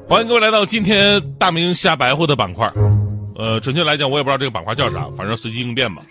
欢迎各位来到今天大明瞎白话的板块。准确来讲，我也不知道这个板块叫啥，反正随机应变吧。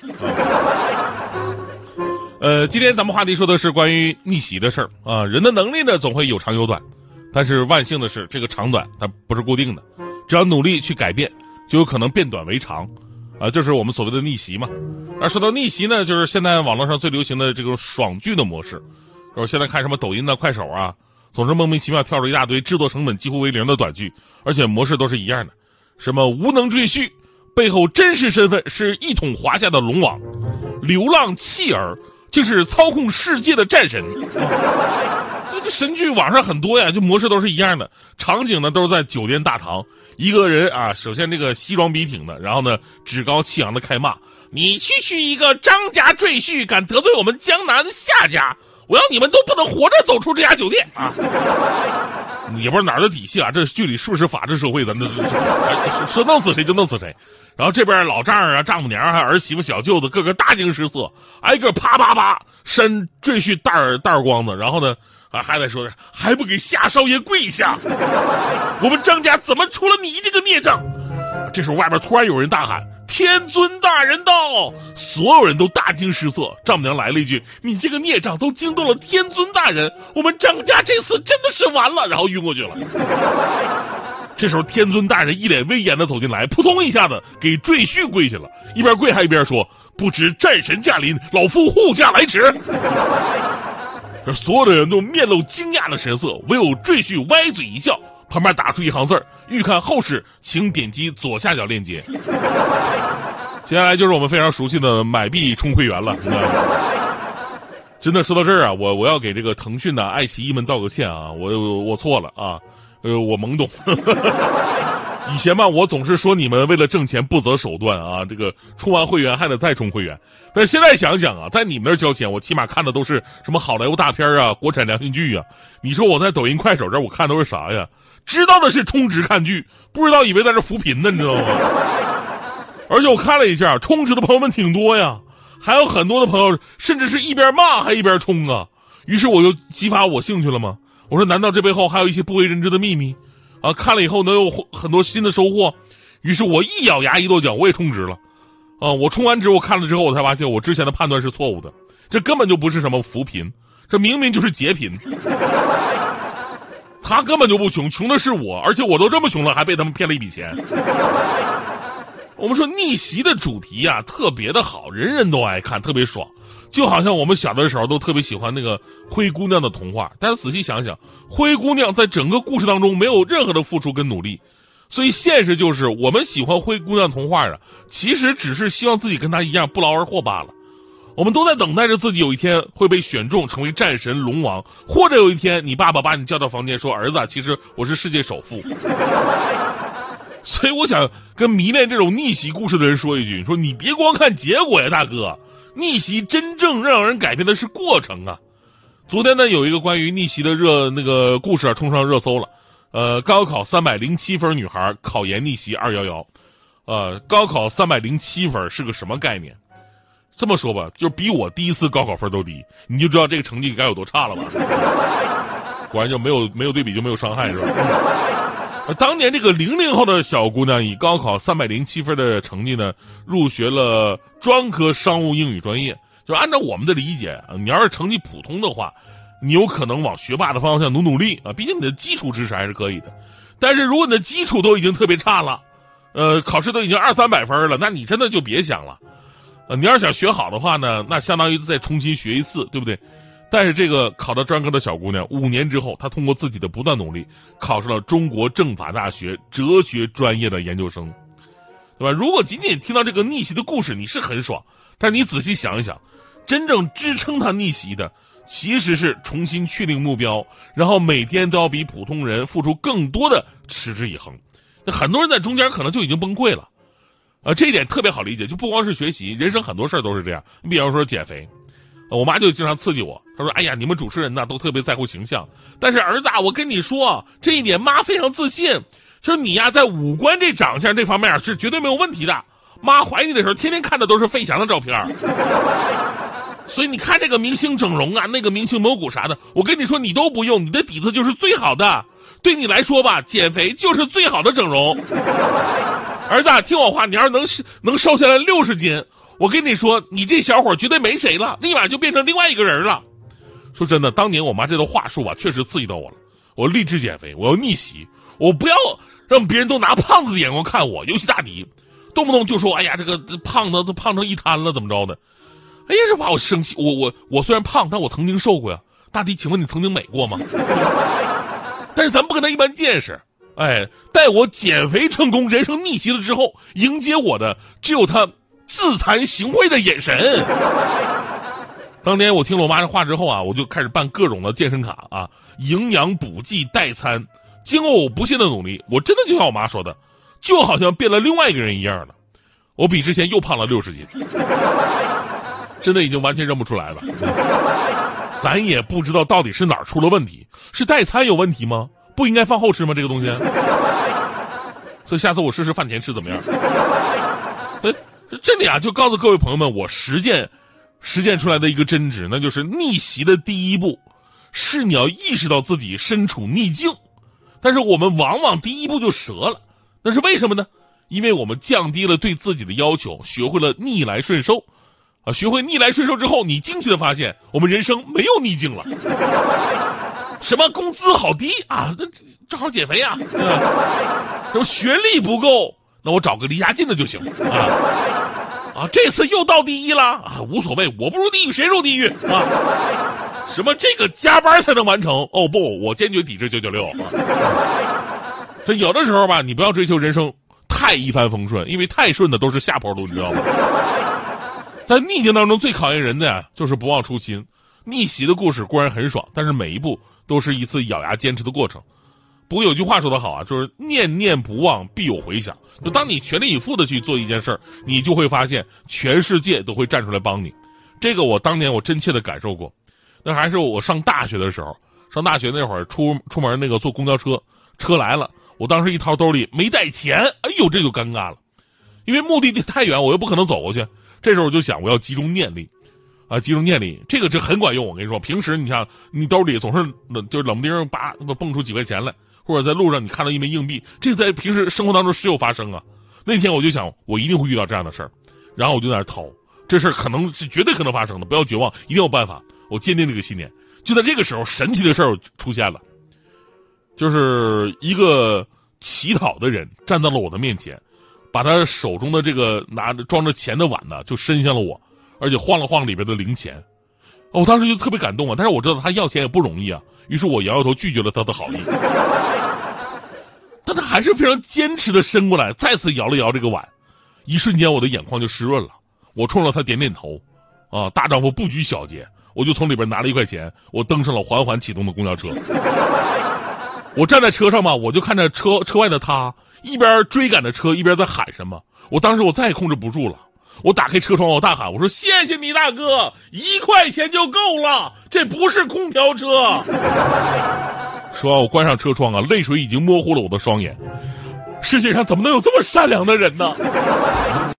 今天咱们话题说的是关于逆袭的事儿啊。人的能力呢，总会有长有短，但是万幸的是，这个长短它不是固定的，只要努力去改变，就有可能变短为长啊，就是我们所谓的逆袭嘛。而说到逆袭呢，就是现在网络上最流行的这种爽剧的模式，就是现在看什么抖音啊、快手啊，总是莫名其妙跳出一大堆制作成本几乎为零的短剧，而且模式都是一样的，什么无能赘婿背后真实身份是一统华夏的龙王，流浪弃儿就是操控世界的战神。这个神剧网上很多呀，就模式都是一样的，场景呢都是在酒店大堂，一个人啊，首先这个西装笔挺的，然后呢趾高气扬的开骂，你区一个张家赘婿敢得罪我们江南夏家，我要你们都不能活着走出这家酒店啊！也不知道哪儿的底细啊，这剧里是不是法治社会？咱这说弄死谁就弄死谁。然后这边老丈人啊、丈母娘还有儿媳妇、小舅子，个个大惊失色，挨个啪啪啪扇赘婿大耳光子，然后呢还得说还不给夏少爷跪下，我们张家怎么出了你这个孽障？这时候外边突然有人大喊，天尊大人到！所有人都大惊失色。丈母娘来了一句，你这个孽障都惊动了天尊大人，我们张家这次真的是完了，然后晕过去了。这时候天尊大人一脸威严的走进来，扑通一下子给赘婿跪下了，一边跪还一边说，不知战神驾临，老夫护驾来迟。所有的人都面露惊讶的神色，唯有赘婿歪嘴一笑，旁边打出一行字，欲看后事请点击左下角链接。接下来就是我们非常熟悉的买币充会员了。真的说到这儿啊，我要给这个腾讯的爱奇艺们道个歉啊，我错了啊，我懵懂。以前吧，我总是说你们为了挣钱不择手段啊，这个充完会员还得再充会员。但现在想想啊，在你们那儿交钱，我起码看的都是什么好莱坞大片啊、国产良心剧啊。你说我在抖音、快手这儿我看都是啥呀？知道的是充值看剧，不知道以为在这扶贫呢，你知道吗？而且我看了一下，充值的朋友们挺多呀，还有很多的朋友甚至是一边骂还一边充啊。于是我就激发我兴趣了吗？我说难道这背后还有一些不为人知的秘密啊？看了以后能有很多新的收获。于是我一咬牙一跺脚，我也充值了啊！我充完值，我看了之后，我才发现我之前的判断是错误的，这根本就不是什么扶贫，这明明就是劫贫。他根本就不穷，穷的是我，而且我都这么穷了，还被他们骗了一笔钱。我们说逆袭的主题啊，特别的好，人人都爱看，特别爽。就好像我们小的时候都特别喜欢那个灰姑娘的童话，但是仔细想想，灰姑娘在整个故事当中没有任何的付出跟努力，所以现实就是我们喜欢灰姑娘童话啊，其实只是希望自己跟她一样不劳而获罢了。我们都在等待着自己有一天会被选中成为战神龙王，或者有一天你爸爸把你叫到房间说，儿子，其实我是世界首富。所以我想跟迷恋这种逆袭故事的人说一句，说你别光看结果呀，大哥，逆袭真正让人改变的是过程啊。昨天呢有一个关于逆袭的那个故事啊冲上热搜了。高考307分女孩考研逆袭211。高考307分是个什么概念？这么说吧，就是比我第一次高考分都低，你就知道这个成绩该有多差了吧。果然就没有对比就没有伤害，是吧？当年这个00后的小姑娘以高考307分的成绩呢，入学了专科商务英语专业。就按照我们的理解啊，你要是成绩普通的话，你有可能往学霸的方向努力啊，毕竟你的基础知识还是可以的。但是如果你的基础都已经特别差了，考试都已经200-300分了，那你真的就别想了。你要是想学好的话呢，那相当于再重新学一次，对不对？但是这个考到专科的小姑娘5年之后，她通过自己的不断努力，考上了中国政法大学哲学专业的研究生，对吧？如果仅仅听到这个逆袭的故事，你是很爽，但是你仔细想一想，真正支撑她逆袭的，其实是重新确定目标，然后每天都要比普通人付出更多的持之以恒。很多人在中间可能就已经崩溃了，这一点特别好理解，就不光是学习，人生很多事儿都是这样。你比方说减肥，我妈就经常刺激我，她说：“哎呀，你们主持人呢都特别在乎形象，但是儿子啊，我跟你说，这一点妈非常自信，就是你呀，在五官这长相这方面是绝对没有问题的。妈怀你的时候，天天看的都是费翔的照片。”所以你看这个明星整容啊，那个明星蘑骨啥的，我跟你说你都不用，你的底子就是最好的。 对你来说吧，减肥就是最好的整容。儿子，听我话，你要是能瘦下来60斤，我跟你说，你这小伙绝对没谁了，立马就变成另外一个人了。说真的，当年我妈这套话术吧，确实刺激到我了。我立志减肥，我要逆袭，我不要让别人都拿胖子的眼光看我，尤其大迪，动不动就说，哎呀，这个胖的都胖成一滩了，怎么着的？哎呀，这把我生气。我虽然胖，但我曾经瘦过呀。大迪，请问你曾经美过吗？但是咱不跟他一般见识。哎，待我减肥成功，人生逆袭了之后，迎接我的只有他自惭形秽的眼神。当年我听了我妈这话之后啊，我就开始办各种的健身卡啊，营养补剂代餐。经过我不懈的努力，我真的就像我妈说的，就好像变了另外一个人一样了。我比之前又胖了60斤，真的已经完全认不出来了。咱也不知道到底是哪儿出了问题，是代餐有问题吗？不应该饭后吃吗？这个东西。所以下次我试试饭前吃怎么样？这里啊，就告诉各位朋友们，我实践出来的一个真知，那就是逆袭的第一步是你要意识到自己身处逆境。但是我们往往第一步就折了，那是为什么呢？因为我们降低了对自己的要求，学会了逆来顺受。学会逆来顺受之后，你惊奇的发现，我们人生没有逆境了。什么工资好低啊，那正好减肥啊。什么学历不够，那我找个离家近的就行啊。这次又到第一了啊，无所谓，我不入地狱谁入地狱啊？什么这个加班才能完成？哦不，我坚决抵制996啊。这有的时候吧，你不要追求人生太一帆风顺，因为太顺的都是下坡路，你知道吗？在逆境当中最考验人的呀，就是不忘初心。逆袭的故事固然很爽，但是每一步都是一次咬牙坚持的过程。不过有句话说得好啊，就是念念不忘必有回响。就当你全力以赴的去做一件事儿，你就会发现全世界都会站出来帮你。这个我当年我真切的感受过。那还是我上大学的时候，上大学那会儿出门那个坐公交车来了，我当时一掏兜里没带钱，哎呦这就尴尬了，因为目的地太远，我又不可能走过去。这时候我就想，我要集中念力啊，集中念力，这个很管用。我跟你说，平时你像你兜里总是就冷不丁蹦出几块钱来，或者在路上你看到一枚硬币，这个在平时生活当中时有发生啊。那天我就想，我一定会遇到这样的事儿，然后我就在那掏，这事儿可能是绝对可能发生的，不要绝望，一定有办法。我坚定这个信念。就在这个时候，神奇的事儿出现了，就是一个乞讨的人站到了我的面前，把他手中的这个拿着装着钱的碗呢，就伸向了我，而且晃了晃里边的零钱。我当时就特别感动啊，但是我知道他要钱也不容易啊，于是我摇摇头拒绝了他的好意。但他还是非常坚持的伸过来，再次摇了摇这个碗，一瞬间我的眼眶就湿润了。我冲着他点点头，啊，大丈夫不拘小节，我就从里边拿了1块钱，我登上了缓缓启动的公交车。我站在车上嘛，我就看着车外的他一边追赶着车，一边在喊什么。我当时我再也控制不住了，我打开车窗，我大喊，我说谢谢你大哥，1块钱就够了，这不是空调车。说完我关上车窗啊，泪水已经模糊了我的双眼。世界上怎么能有这么善良的人呢？